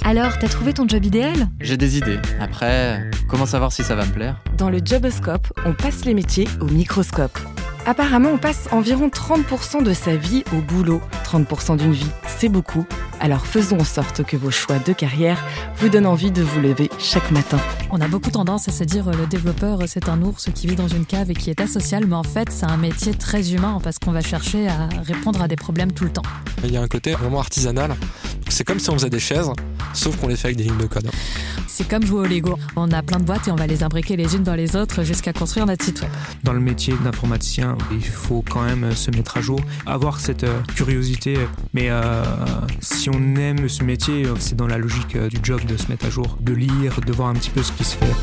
Alors, t'as trouvé ton job idéal ? J'ai des idées. Après, comment savoir si ça va me plaire ? Dans le Joboscope, on passe les métiers au microscope. Apparemment, on passe environ 30% de sa vie au boulot. 30% d'une vie, c'est beaucoup. Alors faisons en sorte que vos choix de carrière vous donnent envie de vous lever chaque matin. On a beaucoup tendance à se dire le développeur, c'est un ours qui vit dans une cave et qui est asocial, mais en fait, c'est un métier très humain parce qu'on va chercher à répondre à des problèmes tout le temps. Il y a un côté vraiment artisanal. C'est comme si on faisait des chaises, sauf qu'on les fait avec des lignes de code. C'est comme jouer au Lego. On a plein de boîtes et on va les imbriquer les unes dans les autres jusqu'à construire notre site web. Dans le métier d'informaticien, il faut quand même se mettre à jour, avoir cette curiosité. Mais si on aime ce métier, c'est dans la logique du job de se mettre à jour, de lire, de voir un petit peu ce qui se fait.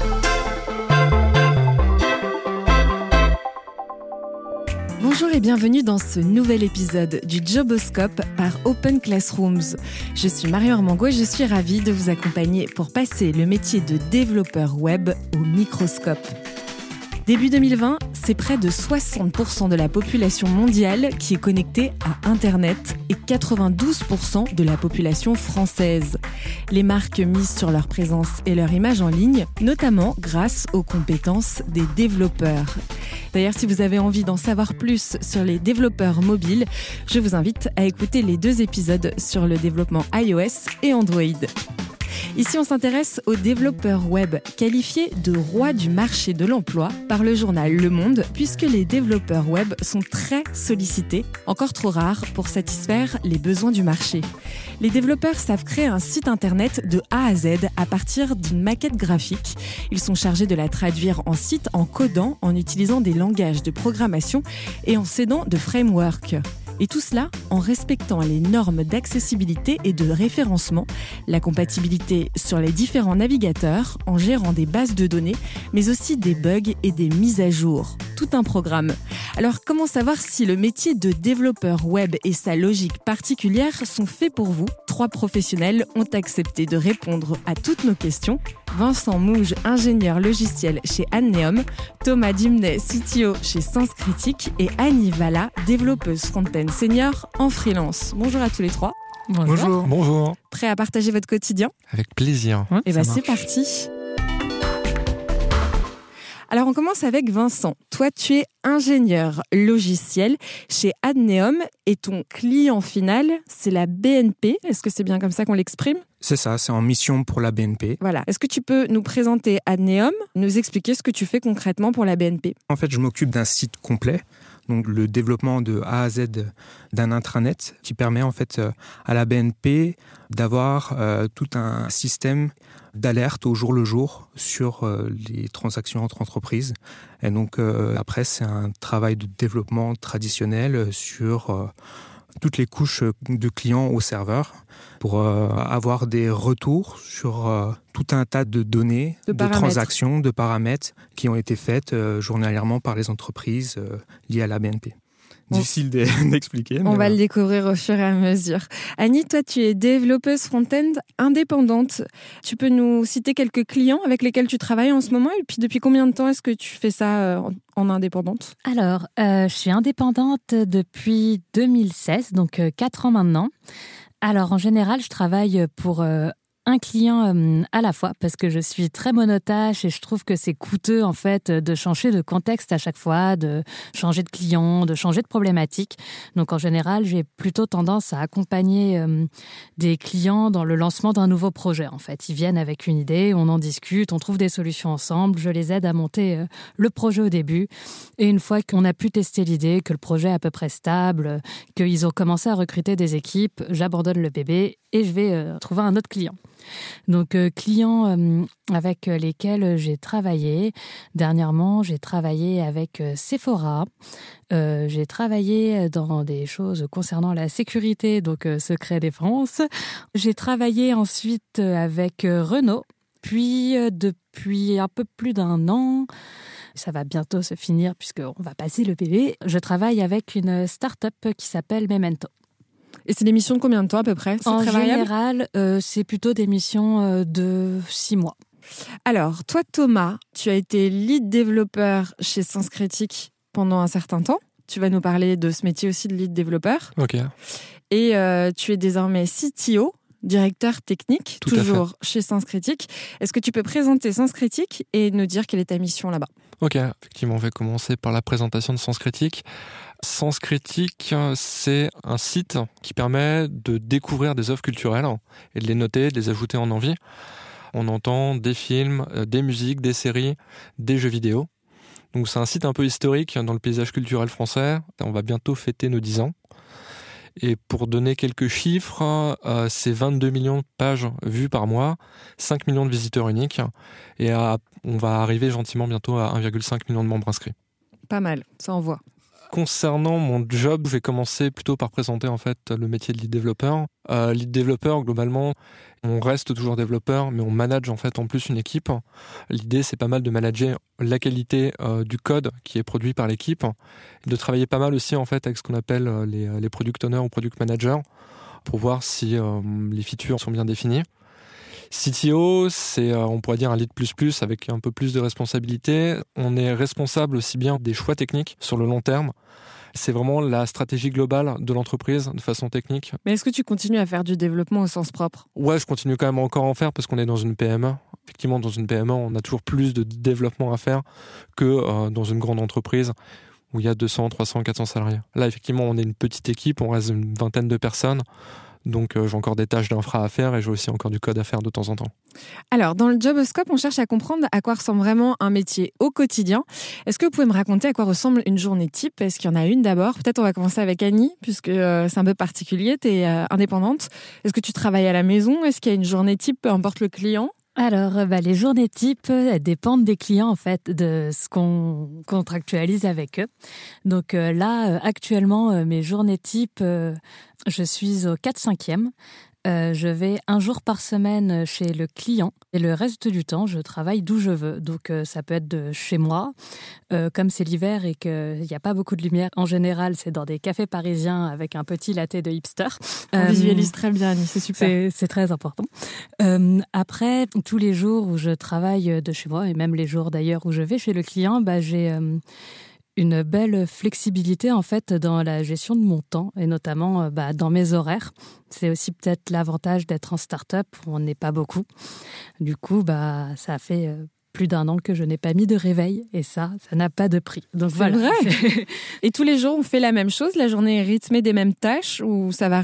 Bonjour et bienvenue dans ce nouvel épisode du Joboscope par Open Classrooms. Je suis Marion Armango et je suis ravie de vous accompagner pour passer le métier de développeur web au microscope. Début 2020, c'est près de 60% de la population mondiale qui est connectée à Internet et 92% de la population française. Les marques misent sur leur présence et leur image en ligne, notamment grâce aux compétences des développeurs. D'ailleurs, si vous avez envie d'en savoir plus sur les développeurs mobiles, je vous invite à écouter les 2 épisodes sur le développement iOS et Android. Ici, on s'intéresse aux développeurs web, qualifiés de rois du marché de l'emploi par le journal Le Monde, puisque les développeurs web sont très sollicités, encore trop rares pour satisfaire les besoins du marché. Les développeurs savent créer un site internet de A à Z à partir d'une maquette graphique. Ils sont chargés de la traduire en site en codant, en utilisant des langages de programmation et en s'aidant de frameworks. Et tout cela en respectant les normes d'accessibilité et de référencement, la compatibilité sur les différents navigateurs, en gérant des bases de données, mais aussi des bugs et des mises à jour. Tout un programme. Alors, comment savoir si le métier de développeur web et sa logique particulière sont faits pour vous ? 3 professionnels ont accepté de répondre à toutes nos questions. Vincent Mouge, ingénieur logiciel chez Adneom, Thomas Dumnet, CTO chez Sens Critique et Annie Valla, développeuse front-end senior en freelance. Bonjour à tous les 3. Bonjour. Bonjour. Prêts à partager votre quotidien ? Avec plaisir. Et c'est parti. Alors, on commence avec Vincent. Toi, tu es ingénieur logiciel chez Adneom et ton client final, c'est la BNP. Est-ce que c'est bien comme ça qu'on l'exprime ? C'est ça, c'est en mission pour la BNP. Voilà. Est-ce que tu peux nous présenter Adneom, nous expliquer ce que tu fais concrètement pour la BNP ? En fait, je m'occupe d'un site complet, donc le développement de A à Z d'un intranet qui permet en fait à la BNP d'avoir tout un système d'alerte au jour le jour sur les transactions entre entreprises. Et donc après, c'est un travail de développement traditionnel sur toutes les couches de clients au serveur pour avoir des retours sur tout un tas de données, de transactions, de paramètres qui ont été faites journalièrement par les entreprises liées à la BNP. Difficile d'expliquer. On va le découvrir au fur et à mesure. Annie, toi, tu es développeuse front-end indépendante. Tu peux nous citer quelques clients avec lesquels tu travailles en ce moment ? Et puis, depuis combien de temps est-ce que tu fais ça en indépendante ? Alors, je suis indépendante depuis 2016, donc 4 ans maintenant. Alors, en général, je travaille pour un client à la fois parce que je suis très monotâche et je trouve que c'est coûteux en fait de changer de contexte à chaque fois, de changer de client, de changer de problématique. Donc en général, j'ai plutôt tendance à accompagner des clients dans le lancement d'un nouveau projet. En fait, ils viennent avec une idée, on en discute, on trouve des solutions ensemble, je les aide à monter le projet au début. Et une fois qu'on a pu tester l'idée, que le projet est à peu près stable, qu'ils ont commencé à recruter des équipes, j'abandonne le bébé et je vais trouver un autre client. Donc, clients avec lesquels j'ai travaillé. Dernièrement, j'ai travaillé avec Sephora. J'ai travaillé dans des choses concernant la sécurité, donc secret défense. J'ai travaillé ensuite avec Renault. Puis, depuis un peu plus d'1 an, ça va bientôt se finir puisqu'on va passer le bébé, je travaille avec une start-up qui s'appelle Memento. Et c'est des missions de combien de temps à peu près ? En général, c'est plutôt des missions de 6 mois. Alors, toi Thomas, tu as été lead développeur chez Sens Critique pendant un certain temps. Tu vas nous parler de ce métier aussi de lead développeur. Ok. Et tu es désormais CTO directeur technique, Tout à toujours chez Sens Critique. Est-ce que tu peux présenter Sens Critique et nous dire quelle est ta mission là-bas ? Ok, effectivement, on va commencer par la présentation de Sens Critique. Sens Critique, c'est un site qui permet de découvrir des œuvres culturelles et de les noter, de les ajouter en envie. On entend des films, des musiques, des séries, des jeux vidéo. Donc c'est un site un peu historique dans le paysage culturel français. On va bientôt fêter nos 10 ans. Et pour donner quelques chiffres, c'est 22 millions de pages vues par mois, 5 millions de visiteurs uniques, et on va arriver gentiment bientôt à 1,5 million de membres inscrits. Pas mal, ça envoie. Concernant mon job, je vais commencer plutôt par présenter en fait le métier de lead développeur. Lead développeur, globalement, on reste toujours développeur, mais on manage en fait en plus une équipe. L'idée, c'est pas mal de manager la qualité du code qui est produit par l'équipe, de travailler pas mal aussi en fait avec ce qu'on appelle les product owners ou product managers pour voir si les features sont bien définies. CTO, c'est, on pourrait dire, un lead plus avec un peu plus de responsabilité. On est responsable aussi bien des choix techniques sur le long terme. C'est vraiment la stratégie globale de l'entreprise de façon technique. Mais est-ce que tu continues à faire du développement au sens propre ? Ouais, je continue quand même encore à en faire parce qu'on est dans une PME. Effectivement, dans une PME, on a toujours plus de développement à faire que dans une grande entreprise où il y a 200, 300, 400 salariés. Là, effectivement, on est une petite équipe, on reste une vingtaine de personnes. Donc j'ai encore des tâches d'infra à faire et j'ai aussi encore du code à faire de temps en temps. Alors, dans le Joboscope, on cherche à comprendre à quoi ressemble vraiment un métier au quotidien. Est-ce que vous pouvez me raconter à quoi ressemble une journée type ? Est-ce qu'il y en a une d'abord ? Peut-être on va commencer avec Annie, puisque c'est un peu particulier, tu es indépendante. Est-ce que tu travailles à la maison ? Est-ce qu'il y a une journée type, peu importe le client ? Alors, les journées types, elles dépendent des clients, en fait, de ce qu'on contractualise avec eux. Donc là, actuellement, mes journées types, je suis au 4/5e. Je vais un jour par semaine chez le client et le reste du temps, je travaille d'où je veux. Donc, ça peut être de chez moi. Comme c'est l'hiver et qu'il n'y a pas beaucoup de lumière, en général, c'est dans des cafés parisiens avec un petit latte de hipster. On visualise très bien, Annie, c'est super. C'est très important. Après, tous les jours où je travaille de chez moi, et même les jours d'ailleurs où je vais chez le client, j'ai une belle flexibilité en fait dans la gestion de mon temps et notamment dans mes horaires. C'est aussi peut-être l'avantage d'être en start-up où on n'est pas beaucoup. Du coup, ça fait plus d'1 an que je n'ai pas mis de réveil et ça n'a pas de prix. Donc c'est voilà. Vrai. Et tous les jours, on fait la même chose ? La journée est rythmée des mêmes tâches ou ça varie ?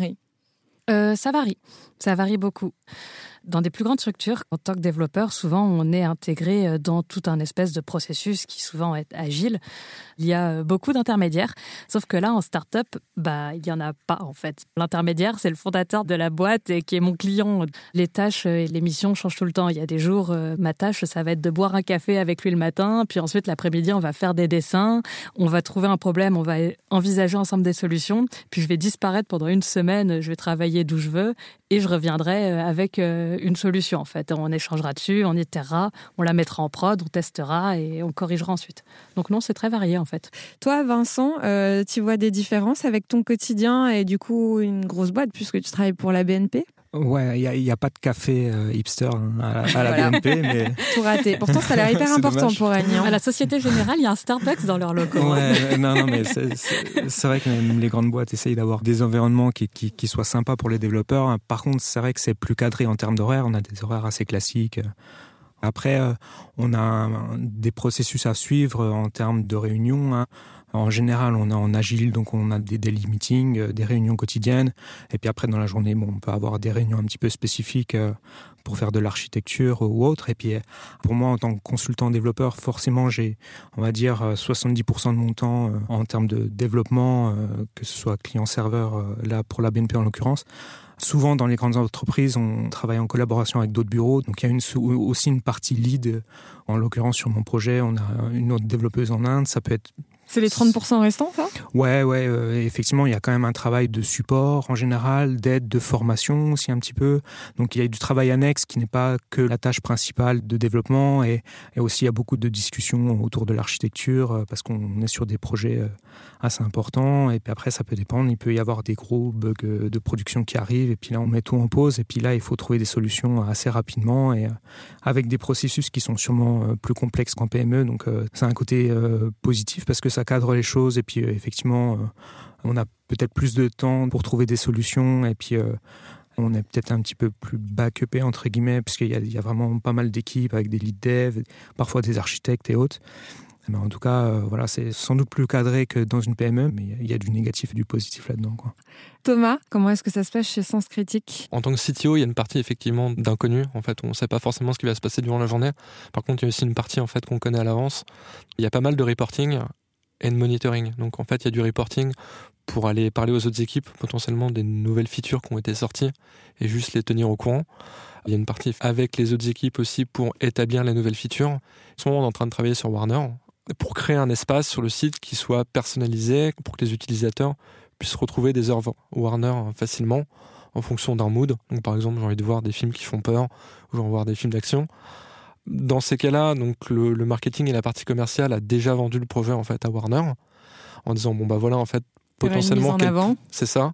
Ça varie beaucoup. Dans des plus grandes structures, en tant que développeur, souvent on est intégré dans tout un espèce de processus qui souvent est agile. Il y a beaucoup d'intermédiaires, sauf que là en start-up, il n'y en a pas en fait. L'intermédiaire, c'est le fondateur de la boîte et qui est mon client. Les tâches et les missions changent tout le temps. Il y a des jours, ma tâche, ça va être de boire un café avec lui le matin, puis ensuite l'après-midi, on va faire des dessins, on va trouver un problème, on va envisager ensemble des solutions, puis je vais disparaître pendant 1 semaine, je vais travailler d'où je veux et je reviendrai avec une solution en fait. On échangera dessus, on itérera, on la mettra en prod, on testera et on corrigera ensuite. Donc non, c'est très varié en fait. Toi, Vincent, tu vois des différences avec ton quotidien et du coup une grosse boîte puisque tu travailles pour la BNP ? Ouais, il y a pas de café hipster à la BNP, mais tout raté. Pourtant, ça a l'air hyper important dommage. pour Annie. À la Société Générale, il y a un Starbucks dans leurs locaux. Ouais, non, mais c'est vrai que même les grandes boîtes essayent d'avoir des environnements qui soient sympas pour les développeurs. Par contre, c'est vrai que c'est plus cadré en termes d'horaires. On a des horaires assez classiques. Après, on a des processus à suivre en termes de réunions. En général, on est en agile, donc on a des daily meetings, des réunions quotidiennes. Et puis après, dans la journée, on peut avoir des réunions un petit peu spécifiques pour faire de l'architecture ou autre. Et puis, pour moi, en tant que consultant développeur, forcément, j'ai, on va dire, 70% de mon temps en termes de développement, que ce soit client-serveur, là pour la BNP en l'occurrence. Souvent, dans les grandes entreprises, on travaille en collaboration avec d'autres bureaux. Donc, il y a aussi une partie lead. En l'occurrence, sur mon projet, on a une autre développeuse en Inde. Ça peut être... C'est les 30% restants, ça ? Ouais, effectivement, il y a quand même un travail de support en général, d'aide, de formation aussi un petit peu. Donc, il y a du travail annexe qui n'est pas que la tâche principale de développement. Et aussi, il y a beaucoup de discussions autour de l'architecture parce qu'on est sur des projets assez importants. Et puis après, ça peut dépendre. Il peut y avoir des gros bugs de production qui arrivent. Et puis là, on met tout en pause. Et puis là, il faut trouver des solutions assez rapidement et avec des processus qui sont sûrement plus complexes qu'en PME. Donc, c'est un côté positif parce que ça cadre les choses. Et puis, effectivement, on a peut-être plus de temps pour trouver des solutions. Et puis, on est peut-être un petit peu plus backupé, entre guillemets, parce qu'il y a vraiment pas mal d'équipes avec des lead dev, parfois des architectes et autres. Mais en tout cas, voilà, c'est sans doute plus cadré que dans une PME, mais il y a du négatif et du positif là-dedans, quoi. Thomas, comment est-ce que ça se passe chez Sens Critique ? En tant que CTO, il y a une partie effectivement d'inconnu. En fait, on ne sait pas forcément ce qui va se passer durant la journée. Par contre, il y a aussi une partie en fait qu'on connaît à l'avance. Il y a pas mal de reporting et de monitoring. Donc en fait, il y a du reporting pour aller parler aux autres équipes potentiellement des nouvelles features qui ont été sorties et juste les tenir au courant. Il y a une partie avec les autres équipes aussi pour établir les nouvelles features. Ils sont en train de travailler sur Warner pour créer un espace sur le site qui soit personnalisé pour que les utilisateurs puissent retrouver des œuvres Warner facilement en fonction d'un mood. Donc par exemple, j'ai envie de voir des films qui font peur ou j'ai envie de voir des films d'action. Dans ces cas-là, donc le marketing et la partie commerciale a déjà vendu le projet en fait à Warner en disant bon bah voilà en fait potentiellement c'est ça.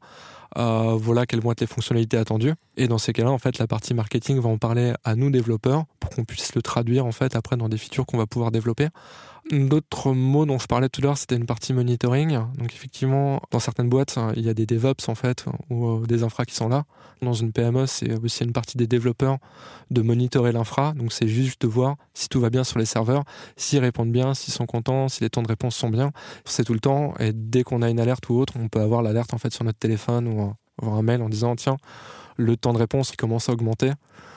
Voilà quelles vont être les fonctionnalités attendues. Et dans ces cas-là, en fait, la partie marketing va en parler à nous développeurs pour qu'on puisse le traduire en fait après dans des features qu'on va pouvoir développer. D'autres mots dont je parlais tout à l'heure, c'était une partie monitoring. Donc effectivement, dans certaines boîtes, il y a des DevOps en fait ou des infras qui sont là. Dans une PME, c'est aussi une partie des développeurs de monitorer l'infra. Donc c'est juste de voir si tout va bien sur les serveurs, s'ils répondent bien, s'ils sont contents, si les temps de réponse sont bien. C'est tout le temps. Et dès qu'on a une alerte ou autre, on peut avoir l'alerte en fait sur notre téléphone ou avoir un mail en disant tiens, le temps de réponse il commence à augmenter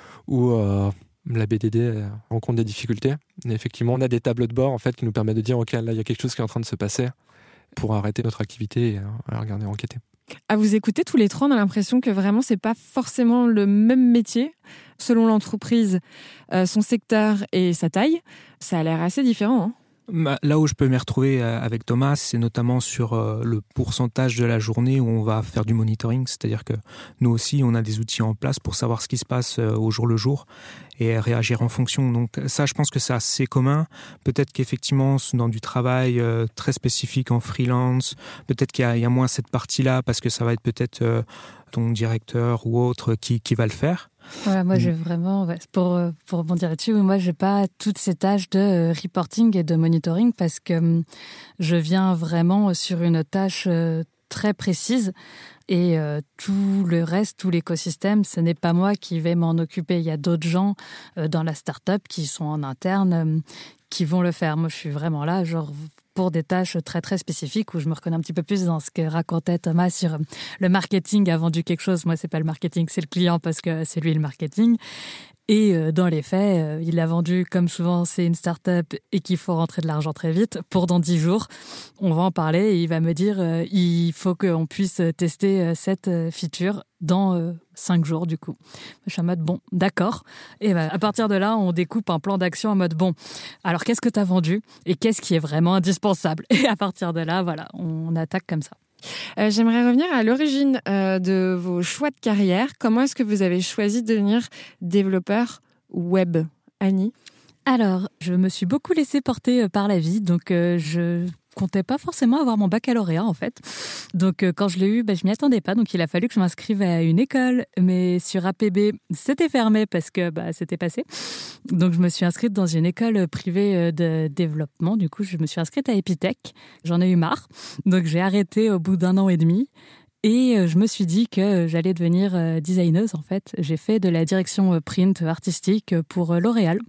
ou la BDD rencontre des difficultés. Et effectivement, on a des tableaux de bord en fait qui nous permettent de dire ok, là il y a quelque chose qui est en train de se passer pour arrêter notre activité et regarder enquêter. À vous écouter tous les trois, on a l'impression que vraiment c'est pas forcément le même métier selon l'entreprise, son secteur et sa taille. Ça a l'air assez différent, hein. Là où je peux m'y retrouver avec Thomas, c'est notamment sur le pourcentage de la journée où on va faire du monitoring. C'est-à-dire que nous aussi, on a des outils en place pour savoir ce qui se passe au jour le jour et réagir en fonction. Donc ça, je pense que c'est assez commun. Peut-être qu'effectivement, dans du travail très spécifique en freelance, peut-être qu'il y a moins cette partie-là parce que ça va être peut-être ton directeur ou autre qui va le faire. Voilà, moi j'ai vraiment, pour rebondir là-dessus, moi j'ai pas toutes ces tâches de reporting et de monitoring parce que je viens vraiment sur une tâche très précise et tout le reste, tout l'écosystème, ce n'est pas moi qui vais m'en occuper. Il y a d'autres gens dans la start-up qui sont en interne qui vont le faire. Moi je suis vraiment là, genre pour des tâches très très spécifiques où je me reconnais un petit peu plus dans ce que racontait Thomas sur le marketing a vendu quelque chose. Moi, c'est pas le marketing, c'est le client parce que c'est lui le marketing. Et dans les faits, il l'a vendu comme souvent c'est une start-up et qu'il faut rentrer de l'argent très vite. Pour dans 10 jours, on va en parler et il va me dire il faut qu'on puisse tester cette feature dans 5 jours du coup. Je suis en mode bon, d'accord. Et à partir de là, on découpe un plan d'action en mode bon, alors qu'est-ce que tu as vendu et qu'est-ce qui est vraiment indispensable? Et à partir de là, voilà, on attaque comme ça. J'aimerais revenir à l'origine de vos choix de carrière. Comment est-ce que vous avez choisi de devenir développeur web, Annie ? Alors, je me suis beaucoup laissée porter par la vie, donc je comptais pas forcément avoir mon baccalauréat en fait. Donc quand je l'ai eu, je m'y attendais pas, donc il a fallu que je m'inscrive à une école, mais sur APB, c'était fermé parce que c'était passé. Donc je me suis inscrite dans une école privée de développement, du coup je me suis inscrite à Epitech, j'en ai eu marre, donc j'ai arrêté au bout d'1 an et demi. Et je me suis dit que j'allais devenir designeuse en fait. J'ai fait de la direction print artistique pour L'Oréal.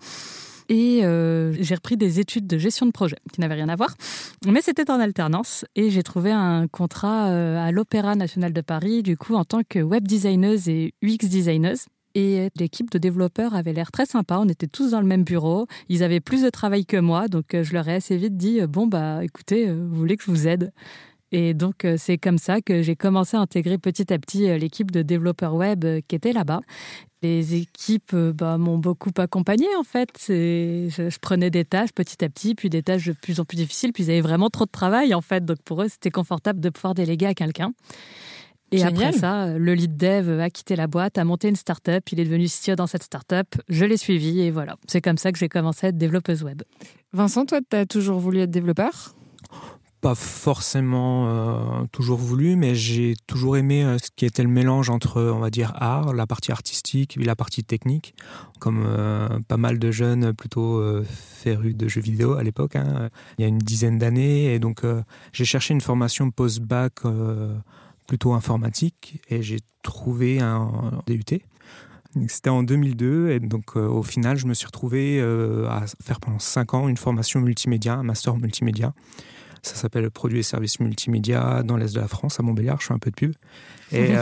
Et j'ai repris des études de gestion de projet qui n'avaient rien à voir, mais c'était en alternance et j'ai trouvé un contrat à l'Opéra National de Paris, du coup en tant que web designeuse et UX designeuse. Et l'équipe de développeurs avait l'air très sympa, on était tous dans le même bureau, ils avaient plus de travail que moi, donc je leur ai assez vite dit bon écoutez, vous voulez que je vous aide ? Et donc c'est comme ça que j'ai commencé à intégrer petit à petit l'équipe de développeurs web qui était là-bas. Les équipes m'ont beaucoup accompagnée en fait. Je prenais des tâches petit à petit, puis des tâches de plus en plus difficiles, puis ils avaient vraiment trop de travail en fait. Donc pour eux, c'était confortable de pouvoir déléguer à quelqu'un. Et génial. Après ça, le lead dev a quitté la boîte, a monté une start-up, il est devenu CTO dans cette start-up, je l'ai suivi et voilà. C'est comme ça que j'ai commencé à être développeuse web. Vincent, toi, tu as toujours voulu être développeur ? Pas forcément toujours voulu, mais j'ai toujours aimé ce qui était le mélange entre, on va dire, art, la partie artistique et la partie technique, comme pas mal de jeunes plutôt férus de jeux vidéo à l'époque, il y a une dizaine d'années. Et donc, j'ai cherché une formation post-bac plutôt informatique et j'ai trouvé un DUT. C'était en 2002 et donc au final je me suis retrouvé à faire pendant 5 ans une formation multimédia, un master multimédia. Ça s'appelle Produits et services multimédia dans l'Est de la France, à Montbéliard, je fais un peu de pub. Et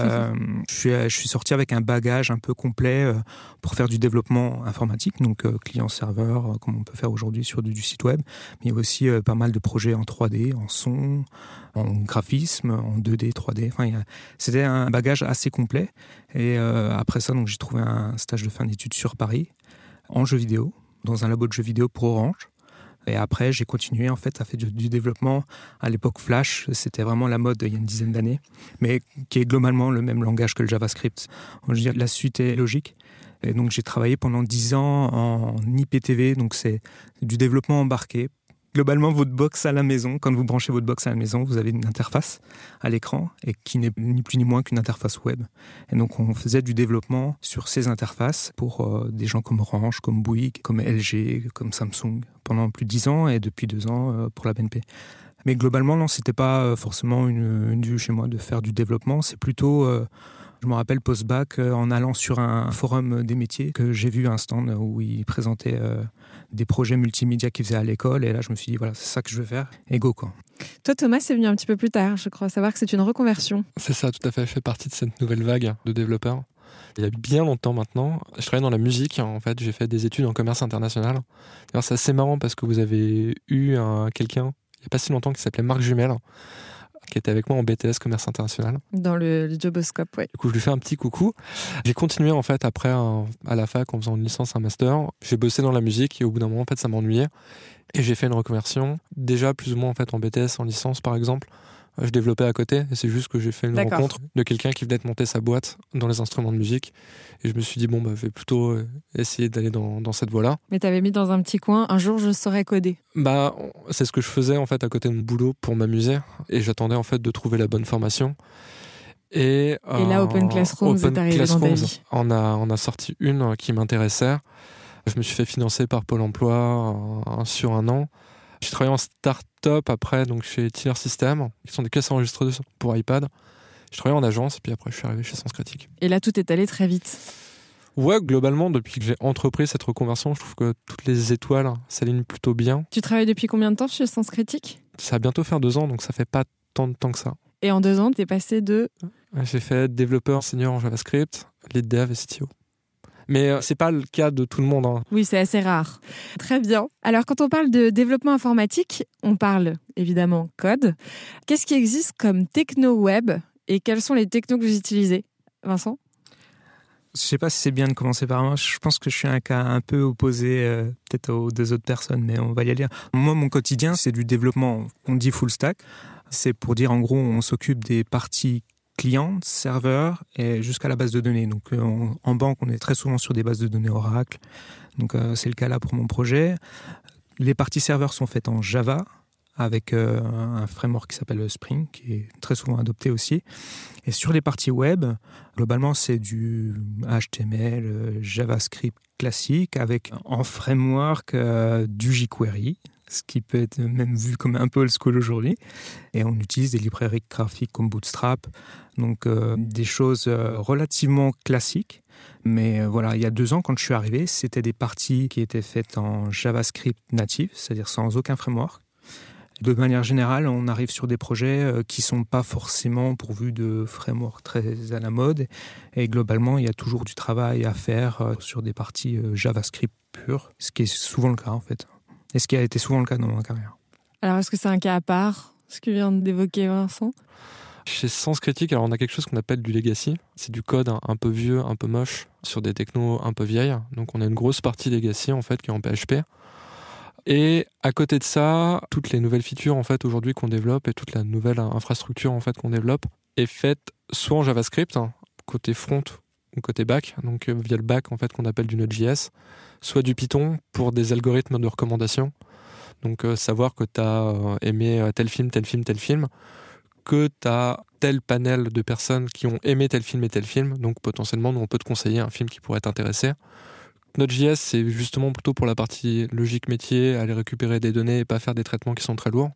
je suis sorti avec un bagage un peu complet pour faire du développement informatique, donc client-serveur, comme on peut faire aujourd'hui sur du site web. Mais il y a aussi pas mal de projets en 3D, en son, en graphisme, en 2D, 3D. Enfin, c'était un bagage assez complet. Et après ça, donc, j'ai trouvé un stage de fin d'études sur Paris, en jeux vidéo, dans un labo de jeux vidéo pour Orange. Et après, j'ai continué en fait à faire du développement. À l'époque, Flash, c'était vraiment la mode il y a une dizaine d'années, mais qui est globalement le même langage que le JavaScript. Je veux dire, la suite est logique. Et donc, j'ai travaillé pendant 10 ans en IPTV, donc c'est du développement embarqué. Globalement, votre box à la maison, quand vous branchez votre box à la maison, vous avez une interface à l'écran et qui n'est ni plus ni moins qu'une interface web. Et donc, on faisait du développement sur ces interfaces pour des gens comme Orange, comme Bouygues, comme LG, comme Samsung pendant plus de 10 ans et depuis 2 ans pour la BNP. Mais globalement, non, c'était pas forcément une vue chez moi de faire du développement. C'est plutôt, je me rappelle post-bac, en allant sur un forum des métiers, que j'ai vu un stand où ils présentaient des projets multimédia qu'ils faisaient à l'école. Et là, je me suis dit, voilà, c'est ça que je veux faire. Et go, quoi. Toi, Thomas, c'est venu un petit peu plus tard, je crois savoir que c'est une reconversion. C'est ça, tout à fait. Je fais partie de cette nouvelle vague de développeurs. Il y a bien longtemps maintenant, je travaille dans la musique. En fait, j'ai fait des études en commerce international. Alors, c'est assez marrant parce que vous avez eu quelqu'un, il n'y a pas si longtemps, qui s'appelait Marc Jumel, qui était avec moi en BTS commerce international. Dans le Joboscope, oui. Du coup, je lui fais un petit coucou. J'ai continué en fait après à la fac en faisant une licence, un master. J'ai bossé dans la musique et au bout d'un moment, en fait, ça m'ennuyait. Et j'ai fait une reconversion. Déjà plus ou moins en fait en BTS, en licence par exemple. Je développais à côté et c'est juste que j'ai fait une rencontre de quelqu'un qui venait de monter sa boîte dans les instruments de musique et je me suis dit je vais plutôt essayer d'aller dans cette voie-là. Mais t'avais mis dans un petit coin, un jour je saurais coder. C'est ce que je faisais en fait à côté de mon boulot pour m'amuser et j'attendais en fait de trouver la bonne formation. Et là Open Classrooms est arrivé dans ta vie. On a sorti une qui m'intéressait. Je me suis fait financer par Pôle emploi sur 1 an. J'ai travaillé en start-up après, donc chez Tiller System, qui sont des caisses enregistreuses pour iPad. J'ai travaillé en agence et puis après je suis arrivé chez Sens Critique. Et là tout est allé très vite. Ouais, globalement, depuis que j'ai entrepris cette reconversion, je trouve que toutes les étoiles s'alignent plutôt bien. Tu travailles depuis combien de temps chez Sens Critique ? Ça va bientôt faire 2 ans, donc ça fait pas tant de temps que ça. Et en 2 ans, t'es passé de... J'ai fait développeur senior en JavaScript, lead dev et CTO. Mais c'est pas le cas de tout le monde. Hein. Oui, c'est assez rare. Très bien. Alors, quand on parle de développement informatique, on parle évidemment code. Qu'est-ce qui existe comme techno web et quelles sont les technos que vous utilisez, Vincent ? Je sais pas si c'est bien de commencer par moi. Je pense que je suis un cas un peu opposé peut-être aux 2 autres personnes, mais on va y aller. Moi, mon quotidien, c'est du développement. On dit full stack. C'est pour dire, en gros, on s'occupe des parties client, serveur et jusqu'à la base de données. Donc en banque, on est très souvent sur des bases de données Oracle. Donc c'est le cas là pour mon projet. Les parties serveurs sont faites en Java avec un framework qui s'appelle Spring, qui est très souvent adopté aussi. Et sur les parties web, globalement, c'est du HTML, JavaScript classique avec en framework du jQuery, ce qui peut être même vu comme un peu old school aujourd'hui. Et on utilise des librairies graphiques comme Bootstrap, donc des choses relativement classiques. Mais voilà, il y a 2 ans, quand je suis arrivé, c'était des parties qui étaient faites en JavaScript native, c'est-à-dire sans aucun framework. De manière générale, on arrive sur des projets qui ne sont pas forcément pourvus de framework très à la mode. Et globalement, il y a toujours du travail à faire sur des parties JavaScript pures, ce qui est souvent le cas en fait. Et ce qui a été souvent le cas dans ma carrière. Alors, est-ce que c'est un cas à part, ce que vient d'évoquer Vincent ? Chez Sens Critique, alors on a quelque chose qu'on appelle du legacy. C'est du code un peu vieux, un peu moche, sur des technos un peu vieilles. Donc on a une grosse partie legacy en fait qui est en PHP. Et à côté de ça, toutes les nouvelles features en fait aujourd'hui qu'on développe et toute la nouvelle infrastructure en fait qu'on développe est faite soit en JavaScript, côté front ou côté back, donc via le back en fait qu'on appelle du Node.js, soit du Python pour des algorithmes de recommandation. Donc savoir que tu as aimé tel film, que tu as tel panel de personnes qui ont aimé tel film et tel film, donc potentiellement nous on peut te conseiller un film qui pourrait t'intéresser. Node.js, c'est justement plutôt pour la partie logique métier, aller récupérer des données et pas faire des traitements qui sont très lourds.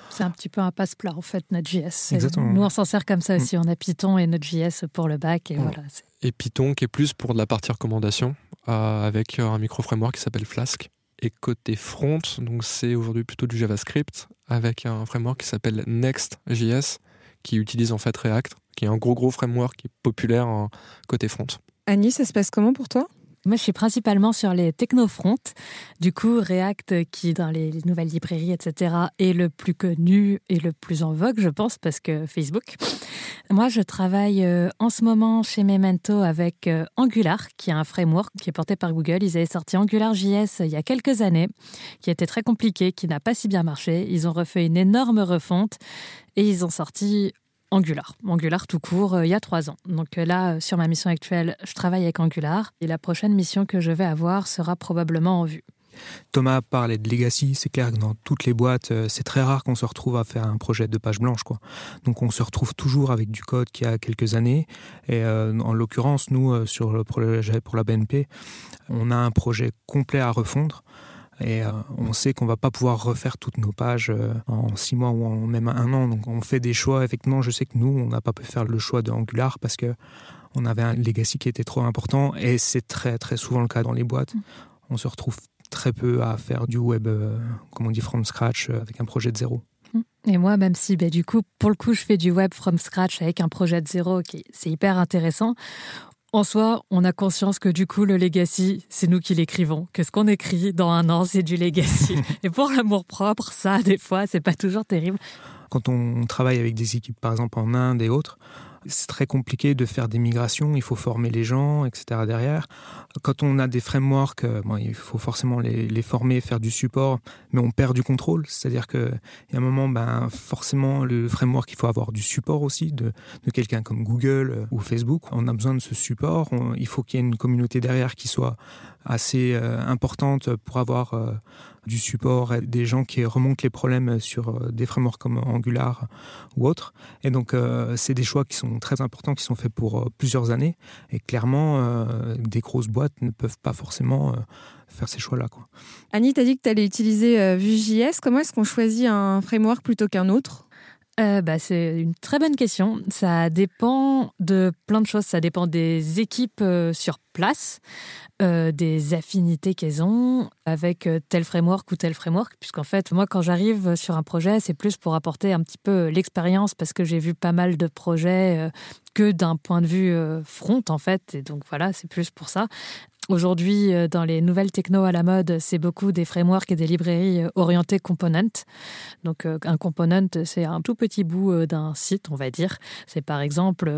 C'est un petit peu un passe-plat, en fait, Node.js. Exactement. Nous, on s'en sert comme ça aussi. On a Python et Node.js pour le back. Et voilà. Et Python qui est plus pour de la partie recommandation, avec un micro-framework qui s'appelle Flask. Et côté front, donc c'est aujourd'hui plutôt du JavaScript, avec un framework qui s'appelle Next.js, qui utilise en fait React, qui est un gros framework qui est populaire côté front. Annie, ça se passe comment pour toi ? Moi, je suis principalement sur les technofronts. Du coup, React, qui dans les nouvelles librairies, etc., est le plus connu et le plus en vogue, je pense, parce que Facebook. Moi, je travaille en ce moment chez Memento avec Angular, qui est un framework qui est porté par Google. Ils avaient sorti AngularJS il y a quelques années, qui était très compliqué, qui n'a pas si bien marché. Ils ont refait une énorme refonte et ils ont sorti Angular tout court, il y a 3 ans. Donc là, sur ma mission actuelle, je travaille avec Angular et la prochaine mission que je vais avoir sera probablement en vue. Thomas parlait de legacy, c'est clair que dans toutes les boîtes, c'est très rare qu'on se retrouve à faire un projet de page blanche, quoi. Donc on se retrouve toujours avec du code qui a quelques années. Et en l'occurrence, nous, sur le projet pour la BNP, on a un projet complet à refondre. Et on sait qu'on ne va pas pouvoir refaire toutes nos pages en 6 mois ou en même 1 an. Donc on fait des choix. Effectivement, je sais que nous, on n'a pas pu faire le choix de Angular parce qu'on avait un legacy qui était trop important. Et c'est très, très souvent le cas dans les boîtes. On se retrouve très peu à faire du web, comme on dit, from scratch, avec un projet de zéro. Et moi, même si du coup, pour le coup, je fais du web from scratch avec un projet de zéro, c'est hyper intéressant. En soi, on a conscience que du coup, le legacy, c'est nous qui l'écrivons. Que ce qu'on écrit dans 1 an, c'est du legacy. Et pour l'amour-propre, ça, des fois, c'est pas toujours terrible. Quand on travaille avec des équipes, par exemple en Inde et autres, c'est très compliqué de faire des migrations, il faut former les gens, etc. derrière. Quand on a des frameworks, il faut forcément les former, faire du support, mais on perd du contrôle. C'est-à-dire qu'il y a un moment, forcément, le framework, il faut avoir du support aussi de quelqu'un comme Google ou Facebook. On a besoin de ce support. Il faut qu'il y ait une communauté derrière qui soit assez importante pour avoir du support, des gens qui remontent les problèmes sur des frameworks comme Angular ou autres. Et donc, c'est des choix qui sont très importants, qui sont faits pour plusieurs années. Et clairement, des grosses boîtes ne peuvent pas forcément faire ces choix-là, quoi. Annie, tu as dit que tu allais utiliser Vue.js. Comment est-ce qu'on choisit un framework plutôt qu'un autre ? C'est une très bonne question. Ça dépend de plein de choses. Ça dépend des équipes sur place, des affinités qu'elles ont avec tel framework ou tel framework. Puisqu'en fait, moi, quand j'arrive sur un projet, c'est plus pour apporter un petit peu l'expérience parce que j'ai vu pas mal de projets que d'un point de vue front, en fait. Et donc voilà, c'est plus pour ça. Aujourd'hui, dans les nouvelles techno à la mode, c'est beaucoup des frameworks et des librairies orientées component. Donc, un component, c'est un tout petit bout d'un site, on va dire. C'est par exemple...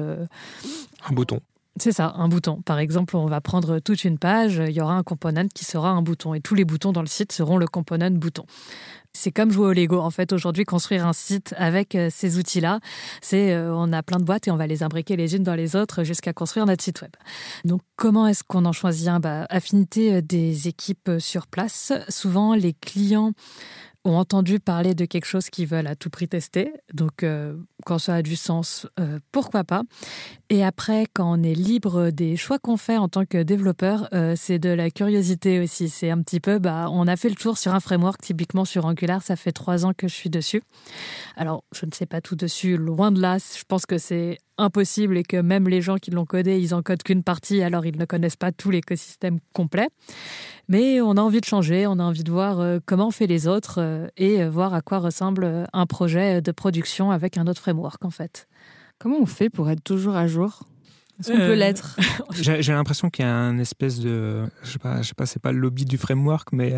Un bouton. C'est ça, un bouton. Par exemple, on va prendre toute une page, il y aura un component qui sera un bouton. Et tous les boutons dans le site seront le component bouton. C'est comme jouer au Lego. En fait, aujourd'hui, construire un site avec ces outils-là, c'est on a plein de boîtes et on va les imbriquer les unes dans les autres jusqu'à construire notre site web. Donc, comment est-ce qu'on en choisit un ? Affinité des équipes sur place. Souvent, les clients ont entendu parler de quelque chose qu'ils veulent à tout prix tester. Donc, quand ça a du sens, pourquoi pas ? Et après, quand on est libre des choix qu'on fait en tant que développeur, c'est de la curiosité aussi. C'est un petit peu, on a fait le tour sur un framework, typiquement sur Angular, ça fait 3 ans que je suis dessus. Alors, je ne sais pas tout dessus, loin de là. Je pense que c'est impossible et que même les gens qui l'ont codé, ils en codent qu'une partie, alors ils ne connaissent pas tout l'écosystème complet. Mais on a envie de changer, on a envie de voir comment on fait les autres et voir à quoi ressemble un projet de production avec un autre framework, en fait. Comment on fait pour être toujours à jour ? Est-ce qu'on peut l'être ? J'ai l'impression qu'il y a un espèce de... Je sais pas, c'est pas le lobby du framework, mais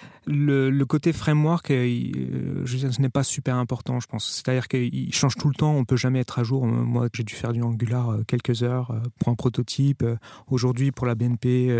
le côté framework, ce n'est pas super important, je pense. C'est-à-dire qu'il change tout le temps, on peut jamais être à jour. Moi, j'ai dû faire du Angular quelques heures pour un prototype. Aujourd'hui, pour la BNP...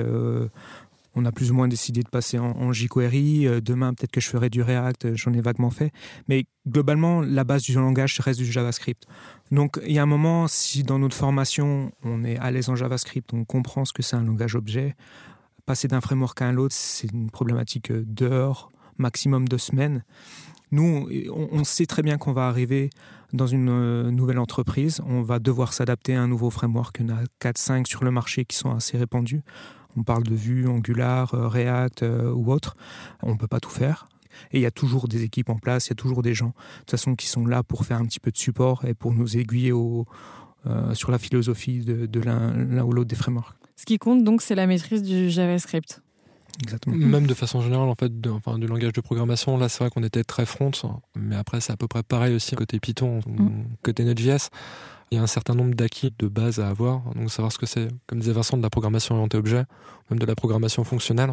on a plus ou moins décidé de passer en jQuery. Demain, peut-être que je ferai du React, j'en ai vaguement fait. Mais globalement, la base du langage reste du JavaScript. Donc, il y a un moment, si dans notre formation, on est à l'aise en JavaScript, on comprend ce que c'est un langage objet, passer d'un framework à un autre, c'est une problématique d'heures, maximum de semaines. Nous, on sait très bien qu'on va arriver dans une nouvelle entreprise. On va devoir s'adapter à un nouveau framework. Il y en a 4-5 sur le marché qui sont assez répandus. On parle de Vue, Angular, React ou autre. On ne peut pas tout faire. Et il y a toujours des équipes en place, il y a toujours des gens, de toute façon, qui sont là pour faire un petit peu de support et pour nous aiguiller sur la philosophie de l'un ou l'autre des frameworks. Ce qui compte donc, c'est la maîtrise du JavaScript. Exactement. Même de façon générale, en fait, du langage de programmation, là, c'est vrai qu'on était très front, mais après, c'est à peu près pareil aussi côté Python, côté Node.js. Il y a un certain nombre d'acquis de base à avoir, donc savoir ce que c'est, comme disait Vincent, de la programmation orientée objet, même de la programmation fonctionnelle.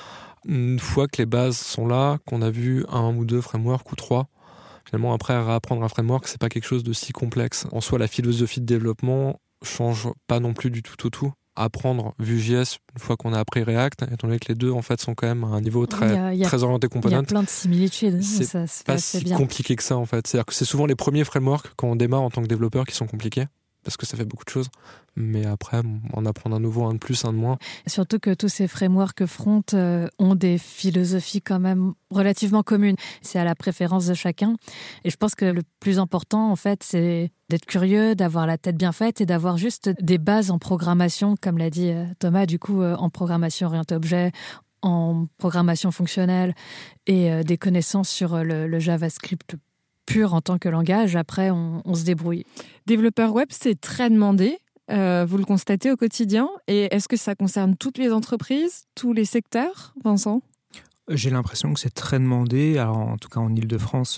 Une fois que les bases sont là, qu'on a vu 1 ou 2 frameworks ou 3, finalement, après, réapprendre un framework, c'est pas quelque chose de si complexe. En soi, la philosophie de développement change pas non plus du tout au tout. Apprendre Vue.js une fois qu'on a appris React, étant donné que les deux en fait sont quand même à un niveau très orienté component. Il y a plein de similitudes. C'est pas si compliqué que ça en fait. C'est-à-dire que c'est souvent les premiers frameworks quand on démarre en tant que développeur qui sont compliqués, parce que ça fait beaucoup de choses. Mais après, en apprendre un nouveau, un de plus, un de moins. Surtout que tous ces frameworks front ont des philosophies quand même relativement communes. C'est à la préférence de chacun. Et je pense que le plus important, en fait, c'est d'être curieux, d'avoir la tête bien faite et d'avoir juste des bases en programmation, comme l'a dit Thomas, du coup, en programmation orientée objet, en programmation fonctionnelle et des connaissances sur le JavaScript pur en tant que langage. Après, on se débrouille. Développeur web, c'est très demandé. Vous le constatez au quotidien. Et est-ce que ça concerne toutes les entreprises, tous les secteurs, Vincent ? J'ai l'impression que c'est très demandé. Alors, en tout cas, en Ile-de-France,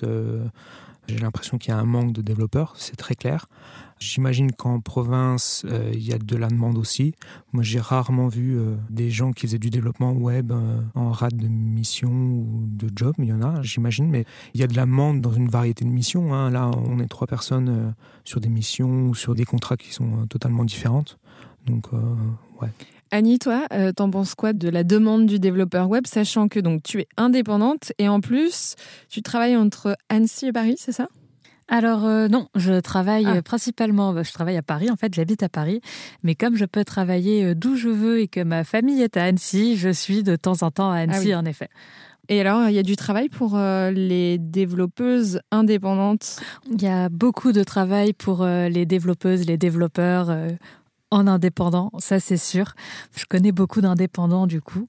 j'ai l'impression qu'il y a un manque de développeurs. C'est très clair. J'imagine qu'en province, il y a de la demande aussi. Moi, j'ai rarement vu des gens qui faisaient du développement web en rate de mission ou de job. Il y en a, j'imagine, mais il y a de la demande dans une variété de missions. Hein. Là, on est 3 personnes sur des missions ou sur des contrats qui sont totalement différentes. Donc, ouais. Annie, toi, t'en penses quoi de la demande du développeur web, sachant que donc, tu es indépendante et en plus, tu travailles entre Annecy et Paris, c'est ça ? Alors non, je travaille principalement, je travaille à Paris, en fait j'habite à Paris, mais comme je peux travailler d'où je veux et que ma famille est à Annecy, je suis de temps en temps à Annecy en effet. Et alors, il y a du travail pour les développeuses indépendantes ? Il y a beaucoup de travail pour les développeuses, les développeurs en indépendant, ça c'est sûr. Je connais beaucoup d'indépendants du coup,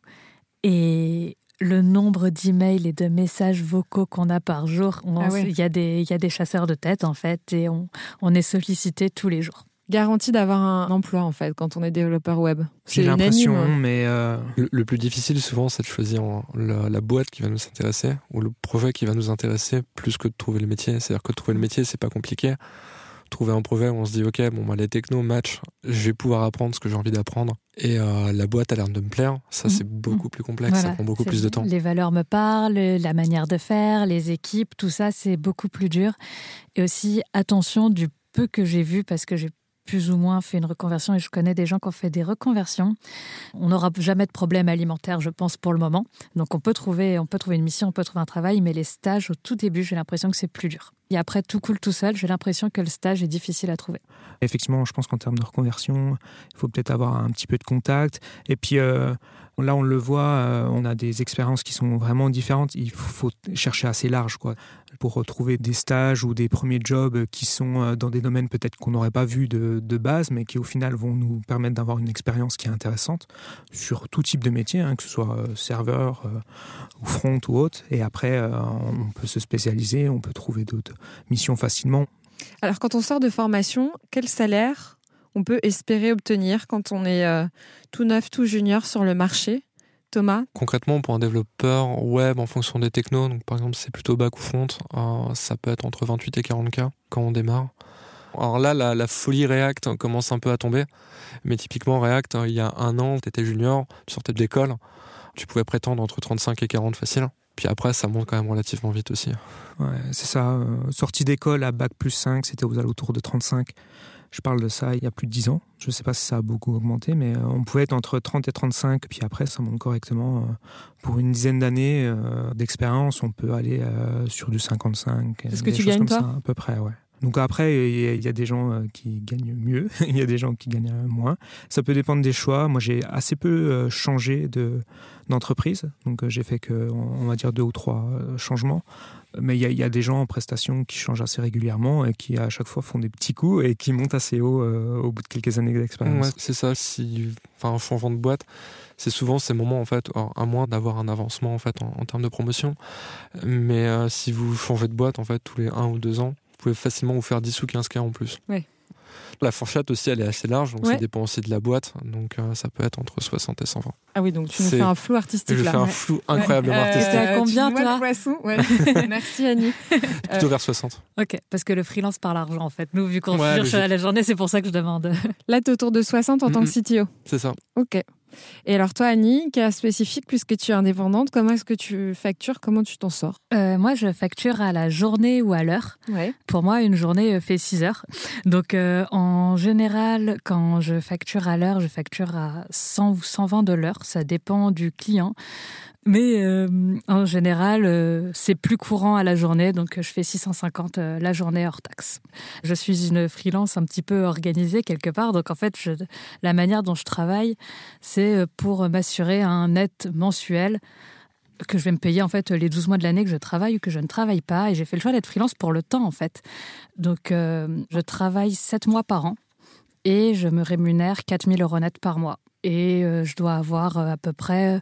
et le nombre d'emails et de messages vocaux qu'on a par jour, il y a des chasseurs de tête en fait, et on est sollicité tous les jours. Garantie d'avoir un emploi en fait quand on est développeur web. J'ai l'impression, mais le plus difficile souvent, c'est de choisir la boîte qui va nous intéresser ou le projet qui va nous intéresser plus que de trouver le métier. C'est-à-dire que trouver le métier, c'est pas compliqué. Trouver un projet où on se dit ok, les technos match, je vais pouvoir apprendre ce que j'ai envie d'apprendre. Et la boîte a l'air de me plaire, ça c'est beaucoup plus complexe, voilà, ça prend beaucoup plus de temps. Les valeurs me parlent, la manière de faire, les équipes, tout ça c'est beaucoup plus dur. Et aussi attention, du peu que j'ai vu, parce que j'ai plus ou moins fait une reconversion et je connais des gens qui ont fait des reconversions. On n'aura jamais de problème alimentaire, je pense, pour le moment. Donc on peut trouver une mission, on peut trouver un travail, mais les stages au tout début, j'ai l'impression que c'est plus dur. Et après, tout coule tout seul, j'ai l'impression que le stage est difficile à trouver. Effectivement, je pense qu'en termes de reconversion, il faut peut-être avoir un petit peu de contact. Et puis là, on le voit, on a des expériences qui sont vraiment différentes. Il faut chercher assez large, quoi, pour retrouver des stages ou des premiers jobs qui sont dans des domaines peut-être qu'on n'aurait pas vus de base, mais qui au final vont nous permettre d'avoir une expérience qui est intéressante sur tout type de métier, hein, que ce soit serveur ou front ou autre. Et après, on peut se spécialiser, on peut trouver d'autres missions facilement. Alors, quand on sort de formation, quel salaire on peut espérer obtenir quand on est tout neuf, tout junior sur le marché ? Thomas ? Concrètement, pour un développeur web, en fonction des technos, donc par exemple c'est plutôt back ou front, ça peut être entre 28 et 40K quand on démarre. Alors là, la folie React commence un peu à tomber, mais typiquement React, il y a 1 an, tu étais junior, tu sortais de l'école, tu pouvais prétendre entre 35 et 40 facile. Puis après, ça monte quand même relativement vite aussi. Ouais, c'est ça. Sortie d'école à bac plus 5, c'était aux alentours de 35. Je parle de ça il y a plus de 10 ans. Je ne sais pas si ça a beaucoup augmenté, mais on pouvait être entre 30 et 35. Puis après, ça monte correctement. Pour une dizaine d'années d'expérience, on peut aller sur du 55. C'est ce que tu gagnes, toi ? À peu près, ouais. Donc après, il y a des gens qui gagnent mieux, il y a des gens qui gagnent moins. Ça peut dépendre des choix. Moi, j'ai assez peu changé d'entreprise. Donc j'ai fait que, on va dire, 2 ou 3 changements. Mais il y a des gens en prestation qui changent assez régulièrement et qui à chaque fois font des petits coups et qui montent assez haut au bout de quelques années d'expérience. Ouais, c'est ça. En changeant de boîte, c'est souvent ces moments en fait, à moins d'avoir un avancement en fait en termes de promotion. Mais si vous changez de boîte en fait tous les 1 ou 2 ans, vous pouvez facilement vous faire 10 ou 15 cas en plus. Ouais. La fourchette aussi, elle est assez large, donc ça dépend aussi de la boîte. Donc ça peut être entre 60 et 120. Ah oui, donc tu nous fais un flou artistique là. Je fais un flou incroyablement artistique. T'es à combien, toi? Merci, Annie. Plutôt vers 60. Ok, parce que le freelance parle argent, en fait. Nous, vu qu'on cherche à la journée, c'est pour ça que je demande. Là, t'es autour de 60 en tant que CTO. C'est ça. Ok. Et alors toi, Annie, cas spécifique, puisque tu es indépendante, comment est-ce que tu factures? Comment tu t'en sors? Moi, je facture à la journée ou à l'heure. Ouais. Pour moi, une journée fait 6 heures. Donc, en général, quand je facture à l'heure, je facture à 100 ou 120 de l'heure. Ça dépend du client. Mais en général, c'est plus courant à la journée, donc je fais 650 la journée hors taxe. Je suis une freelance un petit peu organisée quelque part, donc en fait, la manière dont je travaille, c'est pour m'assurer un net mensuel que je vais me payer en fait les 12 mois de l'année que je travaille ou que je ne travaille pas. Et j'ai fait le choix d'être freelance pour le temps en fait. Donc je travaille 7 mois par an et je me rémunère 4 000 € net par mois. Et je dois avoir à peu près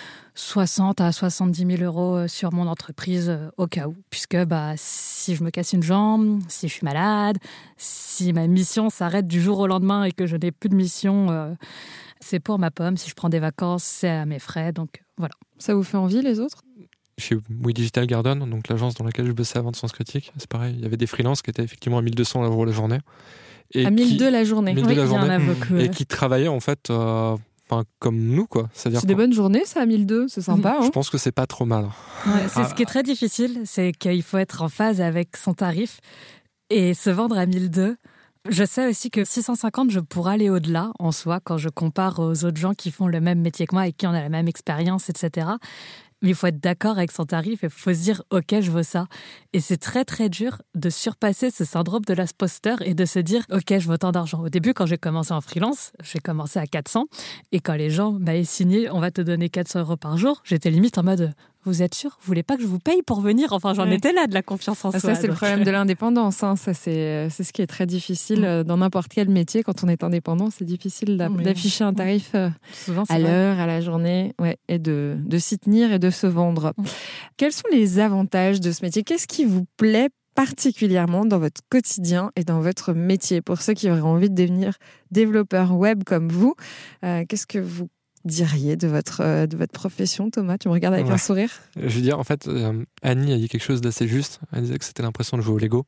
60 à 70 000 € sur mon entreprise au cas où. Puisque si je me casse une jambe, si je suis malade, si ma mission s'arrête du jour au lendemain et que je n'ai plus de mission, c'est pour ma pomme. Si je prends des vacances, c'est à mes frais. Donc voilà. Ça vous fait envie, les autres? Chez We Digital Garden, donc l'agence dans laquelle je bossais avant de Sens Critique, c'est pareil. Il y avait des freelances qui étaient effectivement à 1 200 € la journée. Et à 1 200 la journée. 1 200 la journée. Il y en a beaucoup. Et qui travaillaient en fait... comme nous, quoi. C'est des bonnes journées, ça, à 1 200, c'est sympa. Je pense que c'est pas trop mal. Ouais, c'est ce qui est très difficile, c'est qu'il faut être en phase avec son tarif et se vendre à 1 200. Je sais aussi que 650, je pourrais aller au-delà en soi quand je compare aux autres gens qui font le même métier que moi et qui ont la même expérience, etc. Mais il faut être d'accord avec son tarif et il faut se dire « Ok, je veux ça ». Et c'est très, très dur de surpasser ce syndrome de l'imposteur et de se dire « Ok, je veux tant d'argent ». Au début, quand j'ai commencé en freelance, j'ai commencé à 400. Et quand les gens m'avaient signé « On va te donner 400 € par jour », j'étais limite en mode « Vous êtes sûr? Vous voulez pas que je vous paye pour venir ?» Enfin, j'en étais là de la confiance en soi. Ça, c'est le problème de l'indépendance. Ça, c'est ce qui est très difficile dans n'importe quel métier. Quand on est indépendant, c'est difficile d'afficher un tarif à l'heure, à la journée, et de s'y tenir et de se vendre. Quels sont les avantages de ce métier? Qu'est-ce qui vous plaît particulièrement dans votre quotidien et dans votre métier? Pour ceux qui auraient envie de devenir développeurs web comme vous, qu'est-ce que vous diriez de votre profession, Thomas? Tu me regardes avec un sourire. Je veux dire, en fait, Annie a dit quelque chose d'assez juste. Elle disait que c'était l'impression de jouer au Lego.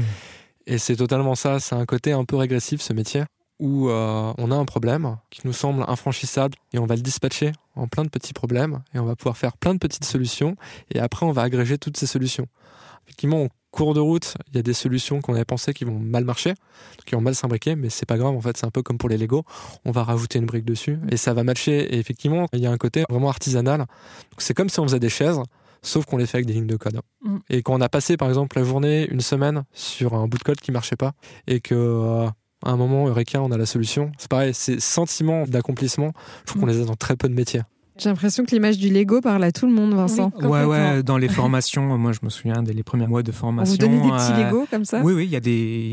Et c'est totalement ça. C'est un côté un peu régressif, ce métier, où on a un problème qui nous semble infranchissable et on va le dispatcher en plein de petits problèmes et on va pouvoir faire plein de petites solutions et après on va agréger toutes ces solutions. Effectivement, en cours de route, il y a des solutions qu'on avait pensées qui vont mal marcher, qui vont mal s'imbriquer, mais c'est pas grave, en fait, c'est un peu comme pour les Lego. On va rajouter une brique dessus et ça va matcher. Et effectivement, il y a un côté vraiment artisanal. Donc, c'est comme si on faisait des chaises, sauf qu'on les fait avec des lignes de code. Et quand on a passé, par exemple, la journée, une semaine sur un bout de code qui marchait pas et que... à un moment, Eureka, on a la solution. C'est pareil, ces sentiments d'accomplissement, je trouve qu'on les a dans très peu de métiers. J'ai l'impression que l'image du Lego parle à tout le monde, Vincent. Oui, ouais, dans les formations, moi je me souviens des premiers mois de formation. On vous donnait des petits Lego comme ça? Oui, il y a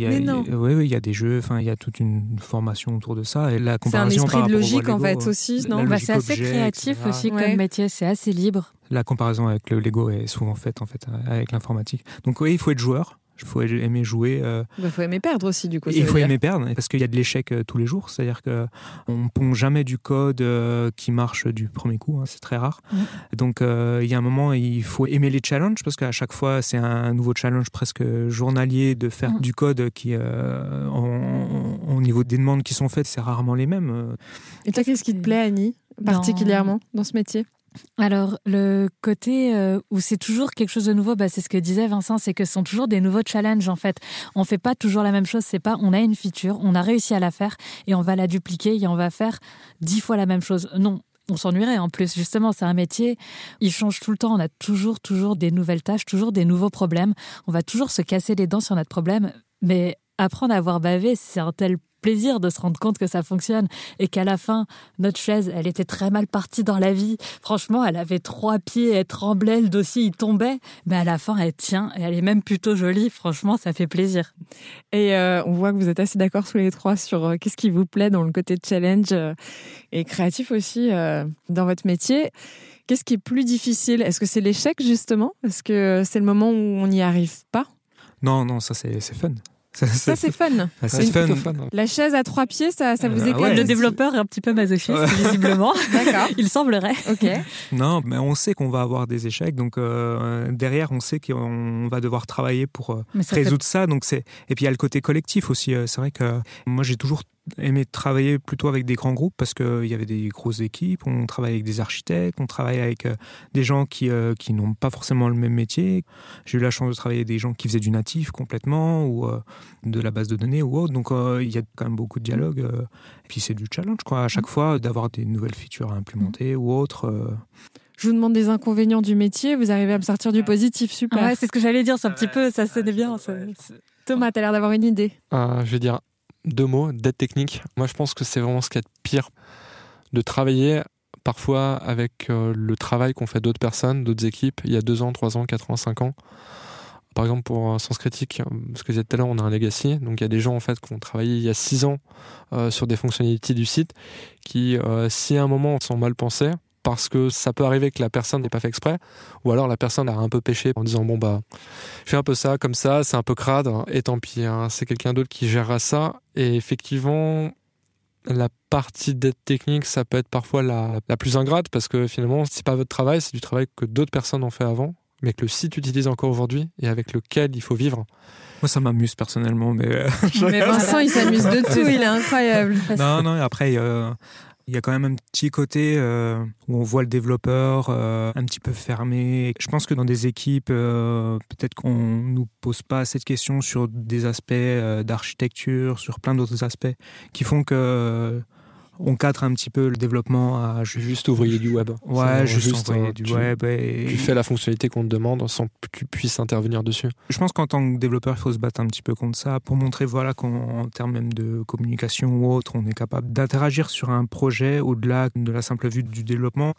il y a des jeux, il y a toute une formation autour de ça. Et la comparaison c'est un esprit de logique en fait aussi, non? C'est assez créatif etc. aussi comme métier, c'est assez libre. La comparaison avec le Lego est souvent faite avec l'informatique. Donc oui, il faut être joueur. Il faut aimer jouer. Il faut aimer perdre aussi, du coup. Il faut aimer perdre, parce qu'il y a de l'échec tous les jours. C'est-à-dire qu'on ne pond jamais du code qui marche du premier coup. C'est très rare. Donc, il y a un moment, il faut aimer les challenges, parce qu'à chaque fois, c'est un nouveau challenge presque journalier de faire du code qui, au niveau des demandes qui sont faites, c'est rarement les mêmes. Et toi, qu'est-ce qui te plaît, Annie, particulièrement dans ce métier? Alors, le côté où c'est toujours quelque chose de nouveau, c'est ce que disait Vincent, c'est que ce sont toujours des nouveaux challenges en fait. On fait pas toujours la même chose, c'est pas on a une feature, on a réussi à la faire et on va la dupliquer et on va faire 10 fois la même chose. Non, on s'ennuierait en plus. Justement, c'est un métier, il change tout le temps. On a toujours des nouvelles tâches, toujours des nouveaux problèmes. On va toujours se casser les dents sur notre problème. Mais apprendre à avoir bavé, c'est un tel plaisir de se rendre compte que ça fonctionne et qu'à la fin, notre chaise, elle était très mal partie dans la vie. Franchement, elle avait 3 pieds, elle tremblait, le dossier, il tombait. Mais à la fin, elle tient et elle est même plutôt jolie. Franchement, ça fait plaisir. Et on voit que vous êtes assez d'accord tous les trois sur qu'est-ce qui vous plaît dans le côté challenge et créatif aussi dans votre métier. Qu'est-ce qui est plus difficile ? Est-ce que c'est l'échec, justement ? Est-ce que c'est le moment où on n'y arrive pas ? Non, ça c'est fun. Ça, c'est fun. C'est fun. La chaise à 3 pieds, ça vous éclate. Ouais. Le développeur est un petit peu masochiste, visiblement. D'accord. Il semblerait. Ok. Non, mais on sait qu'on va avoir des échecs, donc derrière, on sait qu'on va devoir travailler pour résoudre ça. Donc et puis il y a le côté collectif aussi. C'est vrai que moi, j'ai toujours aimé travailler plutôt avec des grands groupes parce qu'il y avait des grosses équipes, on travaille avec des architectes, on travaille avec des gens qui n'ont pas forcément le même métier. J'ai eu la chance de travailler avec des gens qui faisaient du natif complètement ou de la base de données ou autre. Donc il y a quand même beaucoup de dialogue. Et puis c'est du challenge à chaque fois d'avoir des nouvelles features à implémenter ou autre. Je vous demande des inconvénients du métier, vous arrivez à me sortir du positif, super. Ouais, c'est ce que j'allais dire, c'est un petit peu, ça sonnait bien. Thomas, t'as l'air d'avoir une idée. Je vais dire 2 mots, dette technique. Moi, je pense que c'est vraiment ce qu'il y a de pire, de travailler parfois avec le travail qu'ont fait d'autres personnes, d'autres équipes, il y a 2 ans, 3 ans, 4 ans, 5 ans. Par exemple, pour Sens Critique, ce que je disais tout à l'heure, on a un legacy. Donc, il y a des gens en fait, qui ont travaillé il y a 6 ans sur des fonctionnalités du site qui, si à un moment, sont mal pensées, parce que ça peut arriver que la personne n'ait pas fait exprès, ou alors la personne a un peu péché en disant je fais un peu ça, comme ça, c'est un peu crade, et tant pis, c'est quelqu'un d'autre qui gérera ça. Et effectivement, la partie d'aide technique, ça peut être parfois la plus ingrate, parce que finalement, c'est pas votre travail, c'est du travail que d'autres personnes ont fait avant, mais que le site utilise encore aujourd'hui, et avec lequel il faut vivre. Moi, ça m'amuse personnellement, mais... Mais Vincent, il s'amuse de tout, il est incroyable. Non, et après... Il y a quand même un petit côté où on voit le développeur un petit peu fermé. Je pense que dans des équipes, peut-être qu'on ne nous pose pas assez de questions sur des aspects d'architecture, sur plein d'autres aspects qui font que on cadre un petit peu le développement à... Juste ouvrier du web. Ouais, juste ouvrier du web. Tu fais la fonctionnalité qu'on te demande sans que tu puisses intervenir dessus. Je pense qu'en tant que développeur, il faut se battre un petit peu contre ça pour montrer qu'en termes même de communication ou autre, on est capable d'interagir sur un projet au-delà de la simple vue du développement.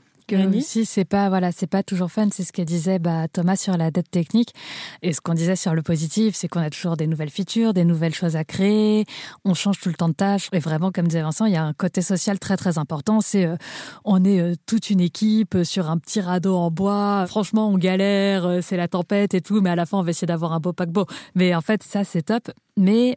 Aussi, c'est pas toujours fun, c'est ce que disait Thomas sur la dette technique. Et ce qu'on disait sur le positif, c'est qu'on a toujours des nouvelles features, des nouvelles choses à créer, on change tout le temps de tâches. Et vraiment, comme disait Vincent, il y a un côté social très très important. C'est on est toute une équipe sur un petit radeau en bois. Franchement, on galère, c'est la tempête et tout, mais à la fin, on va essayer d'avoir un beau paquebot. Mais en fait, ça, c'est top. Mais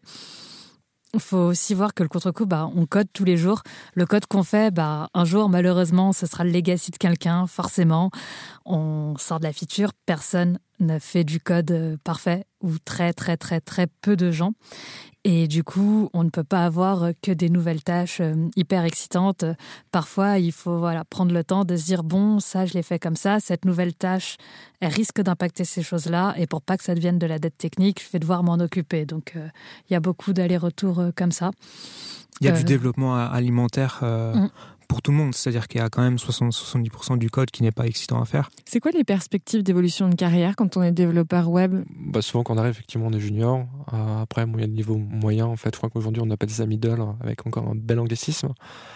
il faut aussi voir que le contre-coup, on code tous les jours. Le code qu'on fait, un jour, malheureusement, ce sera le legacy de quelqu'un, forcément. On sort de la feature, personne ne fait du code parfait, ou très, très, très, très peu de gens. Et du coup, on ne peut pas avoir que des nouvelles tâches hyper excitantes. Parfois, il faut prendre le temps de se dire, ça, je l'ai fait comme ça. Cette nouvelle tâche, elle risque d'impacter ces choses-là. Et pour pas que ça devienne de la dette technique, je vais devoir m'en occuper. Donc, il y a beaucoup d'allers-retours comme ça. Il y a du développement alimentaire pour tout le monde. C'est-à-dire qu'il y a quand même 60-70% du code qui n'est pas excitant à faire. C'est quoi les perspectives d'évolution de carrière quand on est développeur web ? Souvent, quand on arrive, effectivement, on est junior. Après, il y a le niveau moyen. En fait, je crois qu'aujourd'hui, on appelle ça middle, avec encore un bel anglicisme.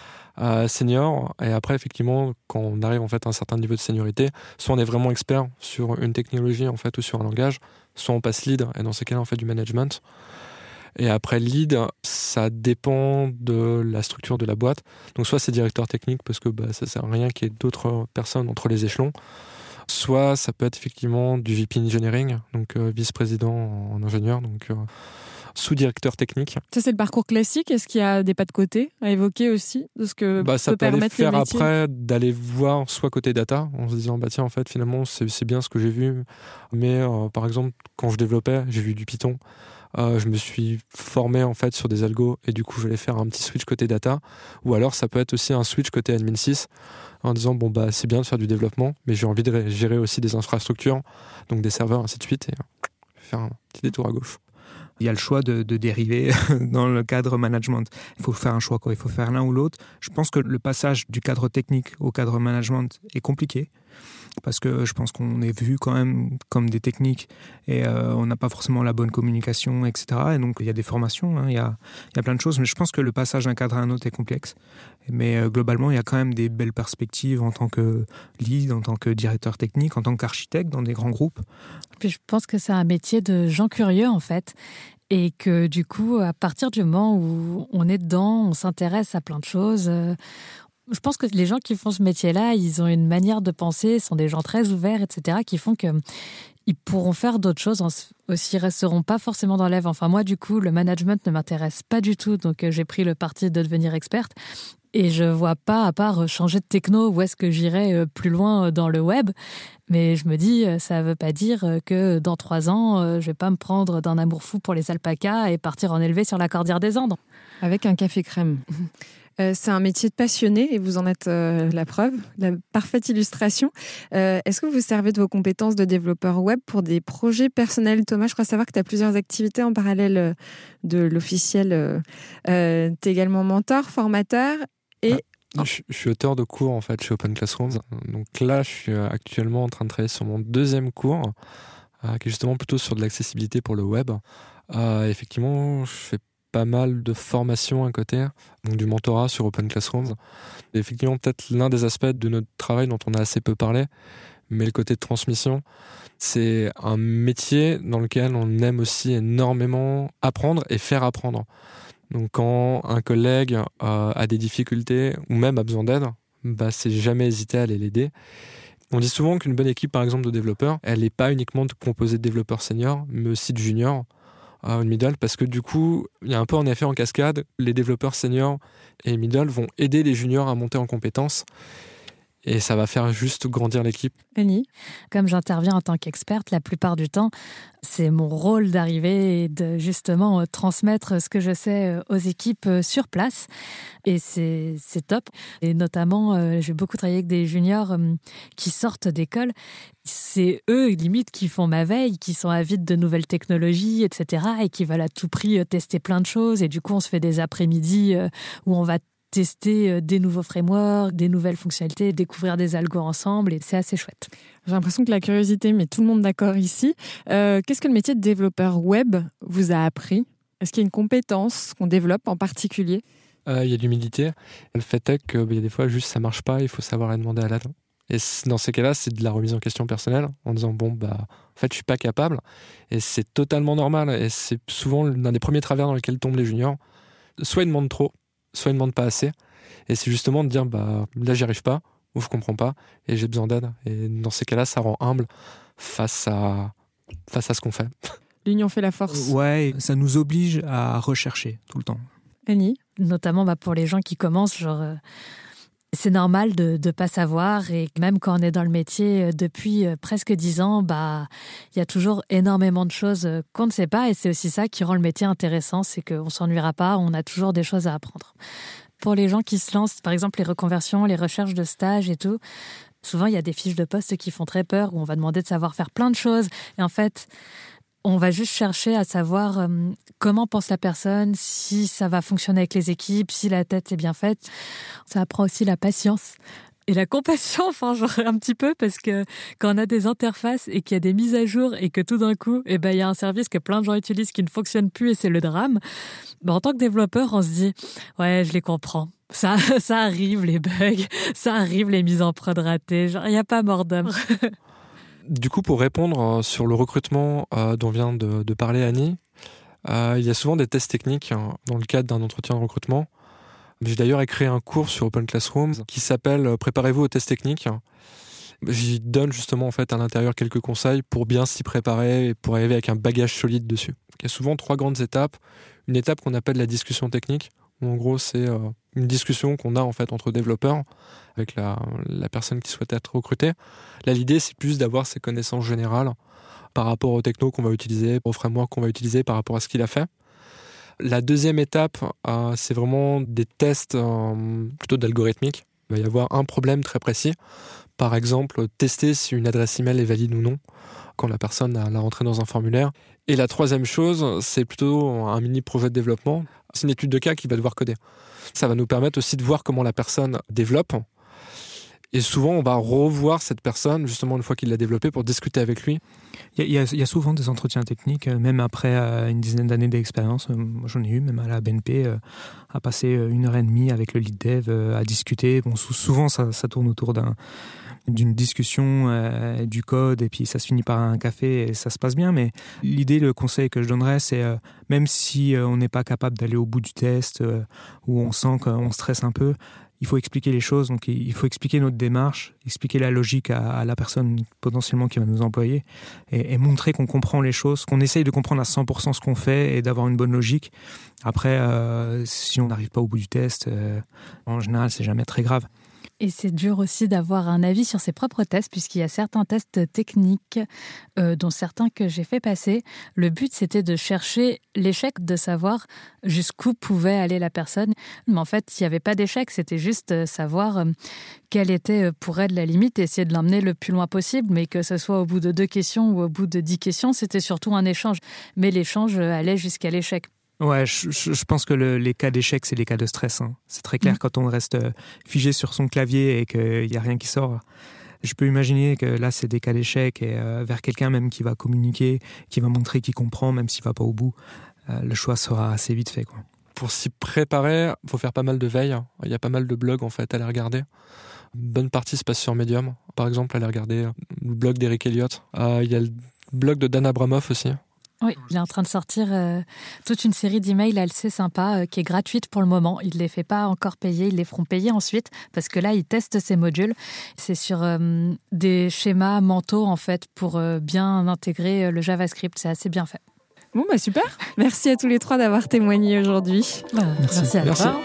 Senior. Et après, effectivement, quand on arrive en fait, à un certain niveau de seniorité, soit on est vraiment expert sur une technologie en fait, ou sur un langage, soit on passe lead. Et dans ces cas-là, on fait du management. Et après lead, ça dépend de la structure de la boîte. Donc soit c'est directeur technique parce que ça sert à rien qu'il y ait d'autres personnes entre les échelons. Soit ça peut être effectivement du VP Engineering, donc vice-président en ingénieur, donc sous-directeur technique. Ça c'est le parcours classique. Est-ce qu'il y a des pas de côté à évoquer aussi de ce que ça peut peut permettre faire le métier ? après d'aller voir soit côté data en se disant tiens en fait finalement c'est bien ce que j'ai vu, mais par exemple quand je développais j'ai vu du Python. Je me suis formé en fait sur des algos et du coup je vais faire un petit switch côté data, ou alors ça peut être aussi un switch côté admin 6 en disant c'est bien de faire du développement mais j'ai envie de gérer aussi des infrastructures, donc des serveurs ainsi de suite, et faire un petit détour à gauche. il y a le choix de dériver dans le cadre management. Il faut faire un choix, quoi. Il faut faire l'un ou l'autre. Je pense que le passage du cadre technique au cadre management est compliqué. Parce que je pense qu'on est vu quand même comme des techniques et on n'a pas forcément la bonne communication, etc. Et donc, il y a des formations, hein, il y a plein de choses. Mais je pense que le passage d'un cadre à un autre est complexe. Mais globalement, il y a quand même des belles perspectives en tant que lead, en tant que directeur technique, en tant qu'architecte dans des grands groupes. Puis je pense que c'est un métier de gens curieux, en fait. Et que du coup, à partir du moment où on est dedans, on s'intéresse à plein de choses. Je pense que les gens qui font ce métier-là, ils ont une manière de penser, sont des gens très ouverts, etc., qui font qu'ils pourront faire d'autres choses, aussi resteront pas forcément dans l'EV. Enfin, moi, du coup, le management ne m'intéresse pas du tout, donc j'ai pris le parti de devenir experte. Et je vois pas, à part changer de techno, où est-ce que j'irai plus loin dans le web. Mais je me dis, ça veut pas dire que dans 3 ans, je vais pas me prendre d'un amour fou pour les alpacas et partir en élever sur la Cordillère des Andes. Avec un café crème. C'est un métier de passionné et vous en êtes la preuve, la parfaite illustration. Est-ce que vous servez de vos compétences de développeur web pour des projets personnels? Thomas, je crois savoir que tu as plusieurs activités en parallèle de l'officiel. Tu es également mentor, formateur et... Je suis auteur de cours en fait chez Open Classrooms. Donc là, je suis actuellement en train de travailler sur mon 2e cours, qui est justement plutôt sur de l'accessibilité pour le web. Effectivement, je fais pas mal de formations à côté, donc du mentorat sur Open Classrooms. Et effectivement, peut-être l'un des aspects de notre travail dont on a assez peu parlé, mais le côté de transmission, c'est un métier dans lequel on aime aussi énormément apprendre et faire apprendre. Donc quand un collègue a des difficultés ou même a besoin d'aide, c'est jamais hésiter à aller l'aider. On dit souvent qu'une bonne équipe, par exemple, de développeurs, elle n'est pas uniquement composée de développeurs seniors, mais aussi de juniors, une middle, parce que du coup, il y a un peu en effet en cascade, les développeurs seniors et middle vont aider les juniors à monter en compétences et ça va faire juste grandir l'équipe. Annie, comme j'interviens en tant qu'experte, la plupart du temps, c'est mon rôle d'arriver et de justement transmettre ce que je sais aux équipes sur place. Et c'est top. Et notamment, j'ai beaucoup travaillé avec des juniors qui sortent d'école. C'est eux, limite, qui font ma veille, qui sont avides de nouvelles technologies, etc. et qui veulent à tout prix tester plein de choses. Et du coup, on se fait des après-midi où on va tester des nouveaux frameworks, des nouvelles fonctionnalités, découvrir des algos ensemble, et c'est assez chouette. J'ai l'impression que la curiosité met tout le monde d'accord ici. Qu'est-ce que le métier de développeur web vous a appris? Est-ce qu'il y a une compétence qu'on développe en particulier? Il y a de l'humilité. Le fait est qu'il y a des fois, juste ça marche pas, il faut savoir aller demander à l'aide. Et dans ces cas-là, c'est de la remise en question personnelle, en disant en fait, je suis pas capable. Et c'est totalement normal. Et c'est souvent l'un des premiers travers dans lesquels tombent les juniors. Soit ils demandent trop, soit ils ne demandent pas assez. Et c'est justement de dire, là, j'y arrive pas, ou je comprends pas, et j'ai besoin d'aide. Et dans ces cas-là, ça rend humble face à ce qu'on fait. L'union fait la force. Ouais, ça nous oblige à rechercher tout le temps. Annie? Notamment pour les gens qui commencent, c'est normal de ne pas savoir, et même quand on est dans le métier depuis presque 10 ans, il y a toujours énormément de choses qu'on ne sait pas, et c'est aussi ça qui rend le métier intéressant, c'est qu'on ne s'ennuiera pas, on a toujours des choses à apprendre. Pour les gens qui se lancent, par exemple les reconversions, les recherches de stage et tout, souvent il y a des fiches de poste qui font très peur, où on va demander de savoir faire plein de choses, et en fait... on va juste chercher à savoir comment pense la personne, si ça va fonctionner avec les équipes, si la tête est bien faite. Ça apprend aussi la patience et la compassion, un petit peu, parce que quand on a des interfaces et qu'il y a des mises à jour et que tout d'un coup, il y a un service que plein de gens utilisent qui ne fonctionne plus et c'est le drame, en tant que développeur, on se dit « ouais, je les comprends ». Ça arrive, les bugs, ça arrive, les mises en prod ratées, il n'y a pas mort d'homme. Du coup, pour répondre sur le recrutement dont vient de parler Annie, il y a souvent des tests techniques dans le cadre d'un entretien de recrutement. J'ai d'ailleurs écrit un cours sur Open Classrooms qui s'appelle « Préparez-vous aux tests techniques ». J'y donne justement en fait à l'intérieur quelques conseils pour bien s'y préparer et pour arriver avec un bagage solide dessus. Il y a souvent 3 grandes étapes. Une étape qu'on appelle la discussion technique, où en gros c'est une discussion qu'on a en fait entre développeurs avec la personne qui souhaite être recrutée. Là, l'idée c'est plus d'avoir ses connaissances générales par rapport aux technos qu'on va utiliser, aux frameworks qu'on va utiliser, par rapport à ce qu'il a fait. La deuxième étape, c'est vraiment des tests plutôt d'algorithmique. Il va y avoir un problème très précis. Par exemple, tester si une adresse email est valide ou non quand la personne l'a rentrée dans un formulaire. Et la troisième chose, c'est plutôt un mini projet de développement. C'est une étude de cas qui va devoir coder. Ça va nous permettre aussi de voir comment la personne développe. Et souvent, on va revoir cette personne, justement, une fois qu'il l'a développée, pour discuter avec lui. Il y a souvent des entretiens techniques, même après une dizaine d'années d'expérience. Moi, j'en ai eu, même à la BNP, à passer 1h30 avec le lead dev, à discuter. Bon, souvent, ça tourne autour d'une discussion du code, et puis ça se finit par un café et ça se passe bien. Mais l'idée, le conseil que je donnerais, c'est même si on n'est pas capable d'aller au bout du test, où on sent qu'on stresse un peu, il faut expliquer les choses. Donc il faut expliquer notre démarche, expliquer la logique à la personne potentiellement qui va nous employer, et montrer qu'on comprend les choses, qu'on essaye de comprendre à 100% ce qu'on fait et d'avoir une bonne logique. Après, si on n'arrive pas au bout du test, en général, c'est jamais très grave. Et c'est dur aussi d'avoir un avis sur ses propres tests, puisqu'il y a certains tests techniques, dont certains que j'ai fait passer. Le but, c'était de chercher l'échec, de savoir jusqu'où pouvait aller la personne. Mais en fait, il n'y avait pas d'échec, c'était juste savoir quelle était pour elle la limite, et essayer de l'emmener le plus loin possible. Mais que ce soit au bout de 2 questions ou au bout de 10 questions, c'était surtout un échange. Mais l'échange allait jusqu'à l'échec. Ouais, je pense que les cas d'échec, c'est les cas de stress. Hein. C'est très clair quand on reste figé sur son clavier et qu'il n'y a rien qui sort. Je peux imaginer que là, c'est des cas d'échec, et vers quelqu'un même qui va communiquer, qui va montrer qu'il comprend, même s'il ne va pas au bout, le choix sera assez vite fait, quoi. Pour s'y préparer, il faut faire pas mal de veille. Il y a pas mal de blogs en fait à aller regarder. Une bonne partie se passe sur Medium. Par exemple, aller regarder le blog d'Eric Elliott. Il y a le blog de Dan Abramoff aussi. Oui, il est en train de sortir toute une série d'emails assez sympa qui est gratuite pour le moment. Il ne les fait pas encore payer, ils les feront payer ensuite, parce que là, il teste ces modules. C'est sur des schémas mentaux, en fait, pour bien intégrer le JavaScript. C'est assez bien fait. Bon, bah super. Merci à tous les 3 d'avoir témoigné aujourd'hui. Merci à toi.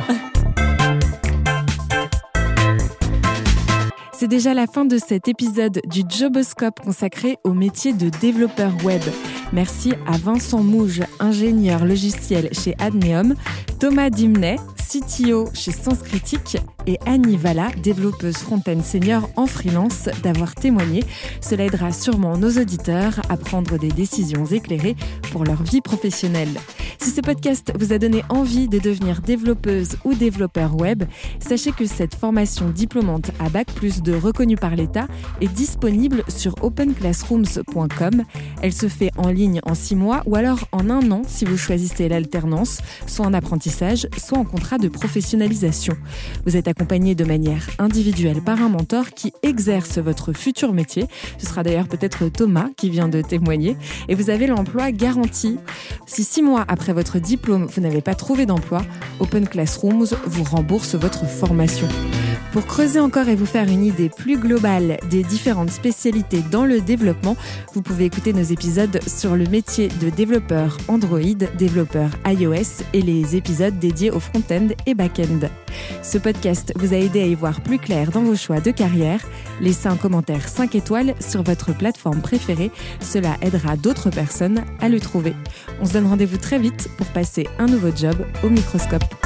C'est déjà la fin de cet épisode du Joboscope consacré au métier de développeur web. Merci à Vincent Mouge, ingénieur logiciel chez Adneum, Thomas Dimnet, CTO chez Sens Critique, et Annie Valla, développeuse front-end senior en freelance, d'avoir témoigné. Cela aidera sûrement nos auditeurs à prendre des décisions éclairées pour leur vie professionnelle. Si ce podcast vous a donné envie de devenir développeuse ou développeur web, sachez que cette formation diplômante à Bac+2 reconnue par l'État est disponible sur openclassrooms.com. Elle se fait en ligne en 6 mois ou alors en 1 an si vous choisissez l'alternance, soit en apprentissage, soit en contrat de professionnalisation. Vous êtes accompagné de manière individuelle par un mentor qui exerce votre futur métier. Ce sera d'ailleurs peut-être Thomas qui vient de témoigner. Et vous avez l'emploi garanti. Si 6 mois après votre diplôme, vous n'avez pas trouvé d'emploi, Open Classrooms vous rembourse votre formation. Pour creuser encore et vous faire une idée plus globale des différentes spécialités dans le développement, vous pouvez écouter nos épisodes sur le métier de développeur Android, développeur iOS et les épisodes dédiés au front-end et back-end. Ce podcast vous a aidé à y voir plus clair dans vos choix de carrière. Laissez un commentaire 5 étoiles sur votre plateforme préférée. Cela aidera d'autres personnes à le trouver. On se donne rendez-vous très vite pour passer un nouveau job au microscope.